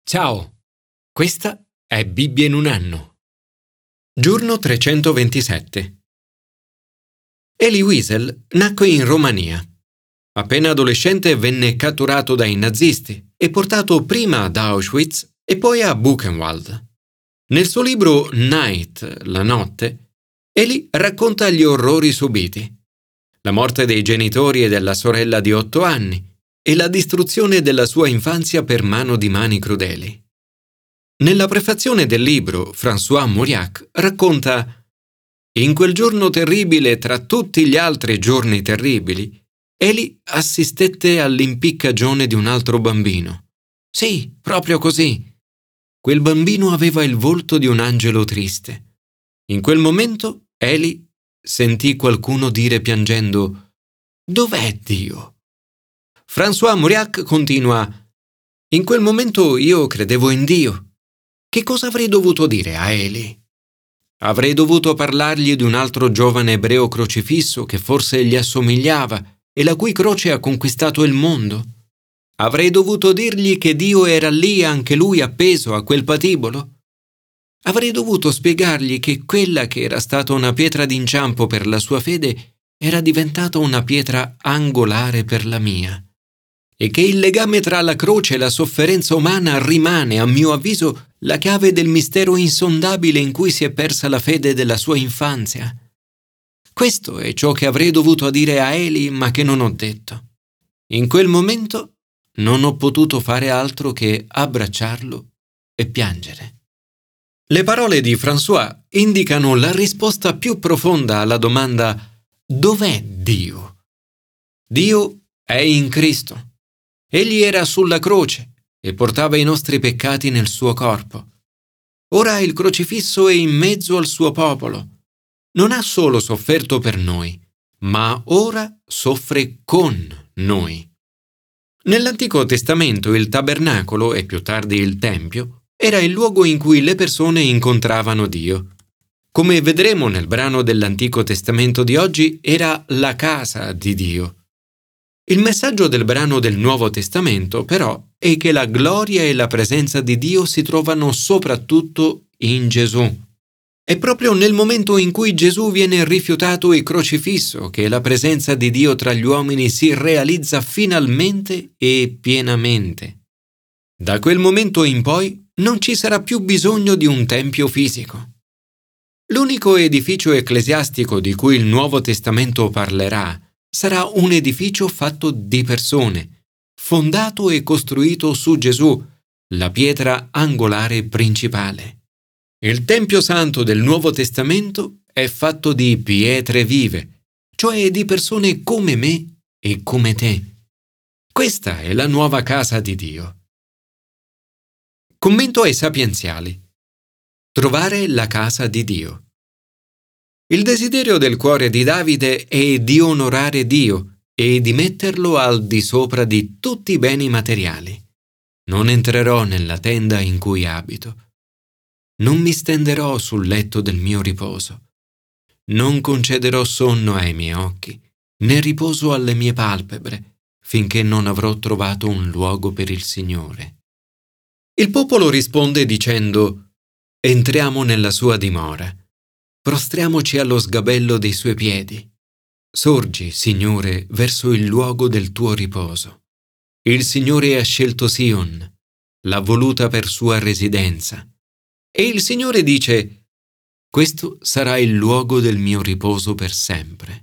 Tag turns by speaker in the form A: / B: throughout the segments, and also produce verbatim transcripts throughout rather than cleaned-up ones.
A: Ciao, questa è Bibbia in un anno. Giorno trecentoventisette. Elie Wiesel nacque in Romania. Appena adolescente venne catturato dai nazisti e portato prima ad Auschwitz e poi a Buchenwald. Nel suo libro Night, la notte, Elie racconta gli orrori subiti, la morte dei genitori e della sorella di otto anni e la distruzione della sua infanzia per mano di mani crudeli. Nella prefazione del libro, François Mauriac racconta: «In quel giorno terribile tra tutti gli altri giorni terribili, Elie assistette all'impiccagione di un altro bambino. Sì, proprio così. Quel bambino aveva il volto di un angelo triste. In quel momento Elie sentì qualcuno dire piangendo: «Dov'è Dio?» François Mauriac continua: «In quel momento io credevo in Dio. Che cosa avrei dovuto dire a Elie? Avrei dovuto parlargli di un altro giovane ebreo crocifisso che forse gli assomigliava e la cui croce ha conquistato il mondo? Avrei dovuto dirgli che Dio era lì anche lui appeso a quel patibolo? Avrei dovuto spiegargli che quella che era stata una pietra d'inciampo per la sua fede era diventata una pietra angolare per la mia, e che il legame tra la croce e la sofferenza umana rimane, a mio avviso, la chiave del mistero insondabile in cui si è persa la fede della sua infanzia. Questo è ciò che avrei dovuto dire a Elie, ma che non ho detto. In quel momento non ho potuto fare altro che abbracciarlo e piangere». Le parole di François indicano la risposta più profonda alla domanda: dov'è Dio? Dio è in Cristo. Egli era sulla croce e portava i nostri peccati nel suo corpo. Ora il crocifisso è in mezzo al suo popolo. Non ha solo sofferto per noi, ma ora soffre con noi. Nell'Antico Testamento il tabernacolo, e più tardi il Tempio, era il luogo in cui le persone incontravano Dio. Come vedremo nel brano dell'Antico Testamento di oggi, era la casa di Dio. Il messaggio del brano del Nuovo Testamento, però, è che la gloria e la presenza di Dio si trovano soprattutto in Gesù. È proprio nel momento in cui Gesù viene rifiutato e crocifisso che la presenza di Dio tra gli uomini si realizza finalmente e pienamente. Da quel momento in poi non ci sarà più bisogno di un tempio fisico. L'unico edificio ecclesiastico di cui il Nuovo Testamento parlerà sarà un edificio fatto di persone, fondato e costruito su Gesù, la pietra angolare principale. Il Tempio Santo del Nuovo Testamento è fatto di pietre vive, cioè di persone come me e come te. Questa è la nuova casa di Dio. Commento ai sapienziali. Trovare la casa di Dio. Il desiderio del cuore di Davide è di onorare Dio e di metterlo al di sopra di tutti i beni materiali. Non entrerò nella tenda in cui abito. Non mi stenderò sul letto del mio riposo. Non concederò sonno ai miei occhi, né riposo alle mie palpebre, finché non avrò trovato un luogo per il Signore. Il popolo risponde dicendo: «Entriamo nella sua dimora. Prostriamoci allo sgabello dei suoi piedi. Sorgi, Signore, verso il luogo del tuo riposo. Il Signore ha scelto Sion, l'ha voluta per sua residenza. E il Signore dice: questo sarà il luogo del mio riposo per sempre».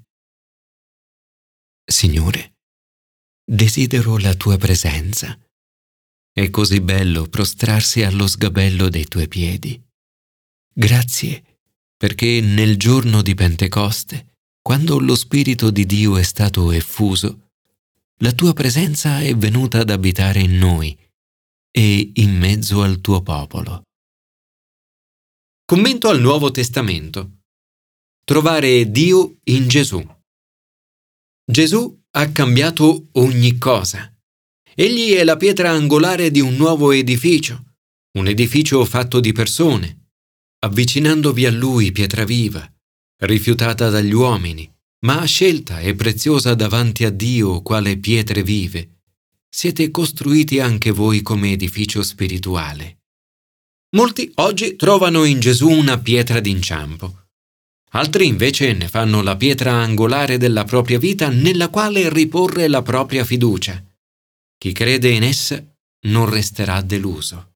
A: Signore, desidero la tua presenza. È così bello prostrarsi allo sgabello dei tuoi piedi. Grazie, perché nel giorno di Pentecoste, quando lo Spirito di Dio è stato effuso, la tua presenza è venuta ad abitare in noi e in mezzo al tuo popolo. Commento al Nuovo Testamento. Trovare Dio in Gesù. Gesù ha cambiato ogni cosa. Egli è la pietra angolare di un nuovo edificio, un edificio fatto di persone. Avvicinandovi a Lui, pietra viva, rifiutata dagli uomini, ma scelta e preziosa davanti a Dio quale pietre vive, siete costruiti anche voi come edificio spirituale. Molti oggi trovano in Gesù una pietra d'inciampo. Altri invece ne fanno la pietra angolare della propria vita nella quale riporre la propria fiducia. Chi crede in essa non resterà deluso.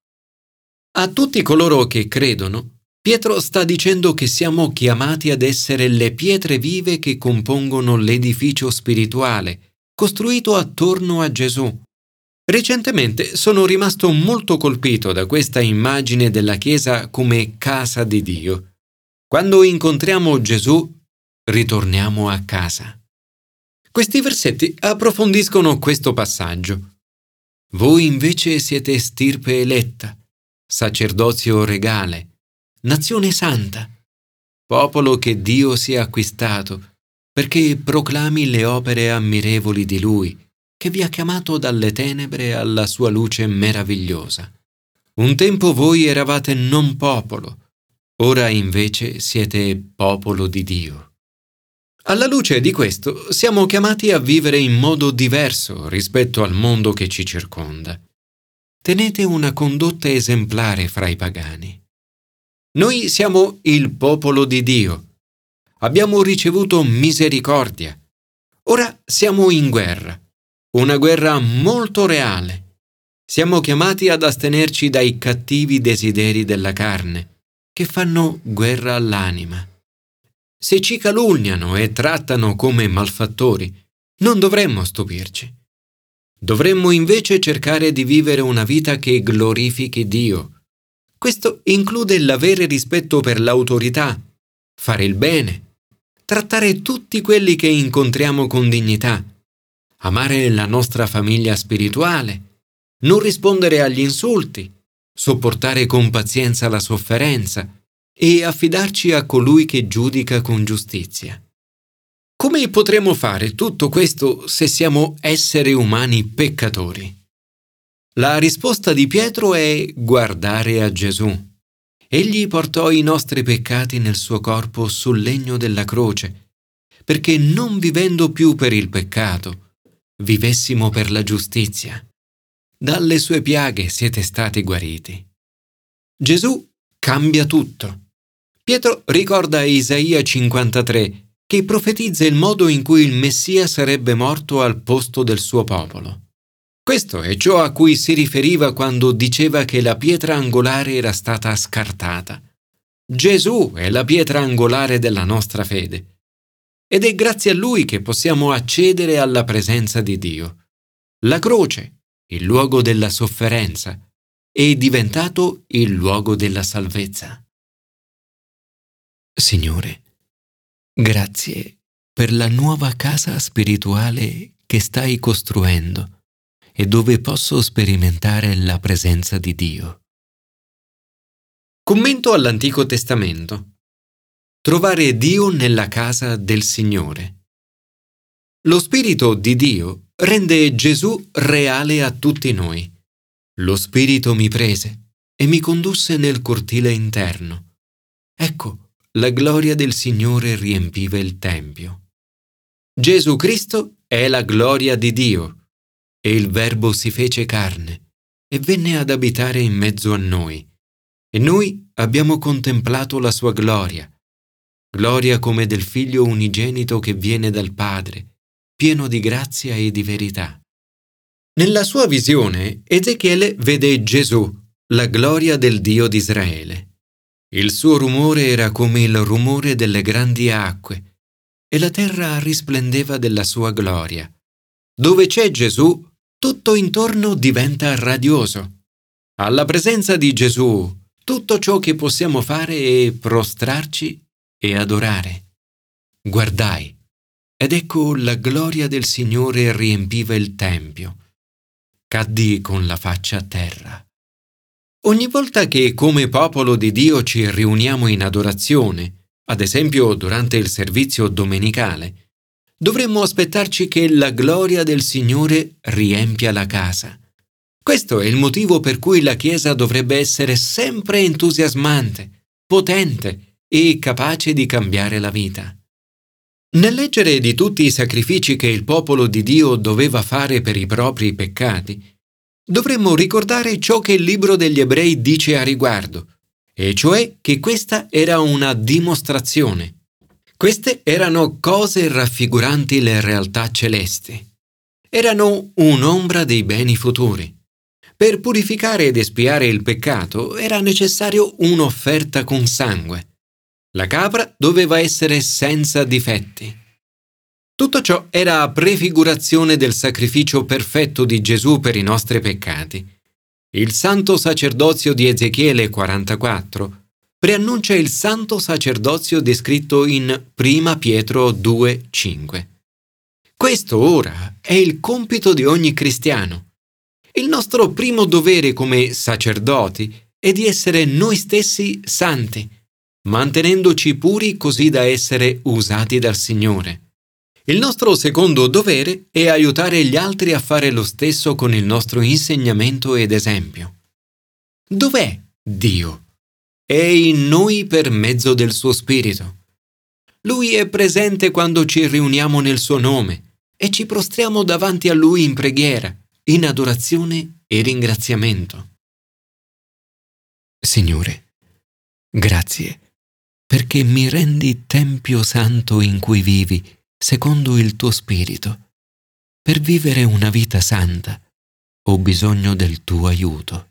A: A tutti coloro che credono, Pietro sta dicendo che siamo chiamati ad essere le pietre vive che compongono l'edificio spirituale, costruito attorno a Gesù. Recentemente sono rimasto molto colpito da questa immagine della Chiesa come casa di Dio. Quando incontriamo Gesù, ritorniamo a casa. Questi versetti approfondiscono questo passaggio. Voi invece siete stirpe eletta, sacerdozio regale, nazione santa, popolo che Dio si è acquistato, perché proclami le opere ammirevoli di Lui, che vi ha chiamato dalle tenebre alla sua luce meravigliosa. Un tempo voi eravate non popolo, ora invece siete popolo di Dio. Alla luce di questo siamo chiamati a vivere in modo diverso rispetto al mondo che ci circonda. Tenete una condotta esemplare fra i pagani. Noi siamo il popolo di Dio. Abbiamo ricevuto misericordia. Ora siamo in guerra. Una guerra molto reale. Siamo chiamati ad astenerci dai cattivi desideri della carne, che fanno guerra all'anima. Se ci calunniano e trattano come malfattori, non dovremmo stupirci. Dovremmo invece cercare di vivere una vita che glorifichi Dio. Questo include l'avere rispetto per l'autorità, fare il bene, trattare tutti quelli che incontriamo con dignità, amare la nostra famiglia spirituale, non rispondere agli insulti, sopportare con pazienza la sofferenza e affidarci a colui che giudica con giustizia. Come potremo fare tutto questo se siamo esseri umani peccatori? La risposta di Pietro è guardare a Gesù. Egli portò i nostri peccati nel suo corpo sul legno della croce, perché non vivendo più per il peccato, vivessimo per la giustizia. Dalle sue piaghe siete stati guariti. Gesù cambia tutto. Pietro ricorda Isaia cinquantatré, che profetizza il modo in cui il Messia sarebbe morto al posto del suo popolo. Questo è ciò a cui si riferiva quando diceva che la pietra angolare era stata scartata. Gesù è la pietra angolare della nostra fede. Ed è grazie a Lui che possiamo accedere alla presenza di Dio. La croce, il luogo della sofferenza, è diventato il luogo della salvezza. Signore, grazie per la nuova casa spirituale che stai costruendo e dove posso sperimentare la presenza di Dio. Commento all'Antico Testamento. Trovare Dio nella casa del Signore. Lo Spirito di Dio rende Gesù reale a tutti noi. Lo Spirito mi prese e mi condusse nel cortile interno. Ecco, la gloria del Signore riempiva il Tempio. Gesù Cristo è la gloria di Dio, e il Verbo si fece carne e venne ad abitare in mezzo a noi, e noi abbiamo contemplato la sua gloria, gloria come del Figlio unigenito che viene dal Padre, pieno di grazia e di verità. Nella sua visione, Ezechiele vede Gesù, la gloria del Dio di Israele. Il suo rumore era come il rumore delle grandi acque, e la terra risplendeva della sua gloria. Dove c'è Gesù, tutto intorno diventa radioso. Alla presenza di Gesù, tutto ciò che possiamo fare è prostrarci e adorare. Guardai, ed ecco la gloria del Signore riempiva il Tempio. Caddi con la faccia a terra. Ogni volta che come popolo di Dio ci riuniamo in adorazione, ad esempio durante il servizio domenicale, dovremmo aspettarci che la gloria del Signore riempia la casa. Questo è il motivo per cui la Chiesa dovrebbe essere sempre entusiasmante, potente e capace di cambiare la vita. Nel leggere di tutti i sacrifici che il popolo di Dio doveva fare per i propri peccati, dovremmo ricordare ciò che il libro degli Ebrei dice a riguardo, e cioè che questa era una dimostrazione. Queste erano cose raffiguranti le realtà celesti. Erano un'ombra dei beni futuri. Per purificare ed espiare il peccato era necessario un'offerta con sangue. La capra doveva essere senza difetti. Tutto ciò era prefigurazione del sacrificio perfetto di Gesù per i nostri peccati. Il santo sacerdozio di Ezechiele quarantaquattro preannuncia il santo sacerdozio descritto in Prima Pietro due cinque. Questo ora è il compito di ogni cristiano. Il nostro primo dovere come sacerdoti è di essere noi stessi santi, mantenendoci puri così da essere usati dal Signore. Il nostro secondo dovere è aiutare gli altri a fare lo stesso con il nostro insegnamento ed esempio. Dov'è Dio? È in noi per mezzo del suo Spirito. Lui è presente quando ci riuniamo nel suo nome e ci prostriamo davanti a Lui in preghiera, in adorazione e ringraziamento. Signore, grazie, perché mi rendi tempio santo in cui vivi, secondo il tuo Spirito. Per vivere una vita santa ho bisogno del tuo aiuto.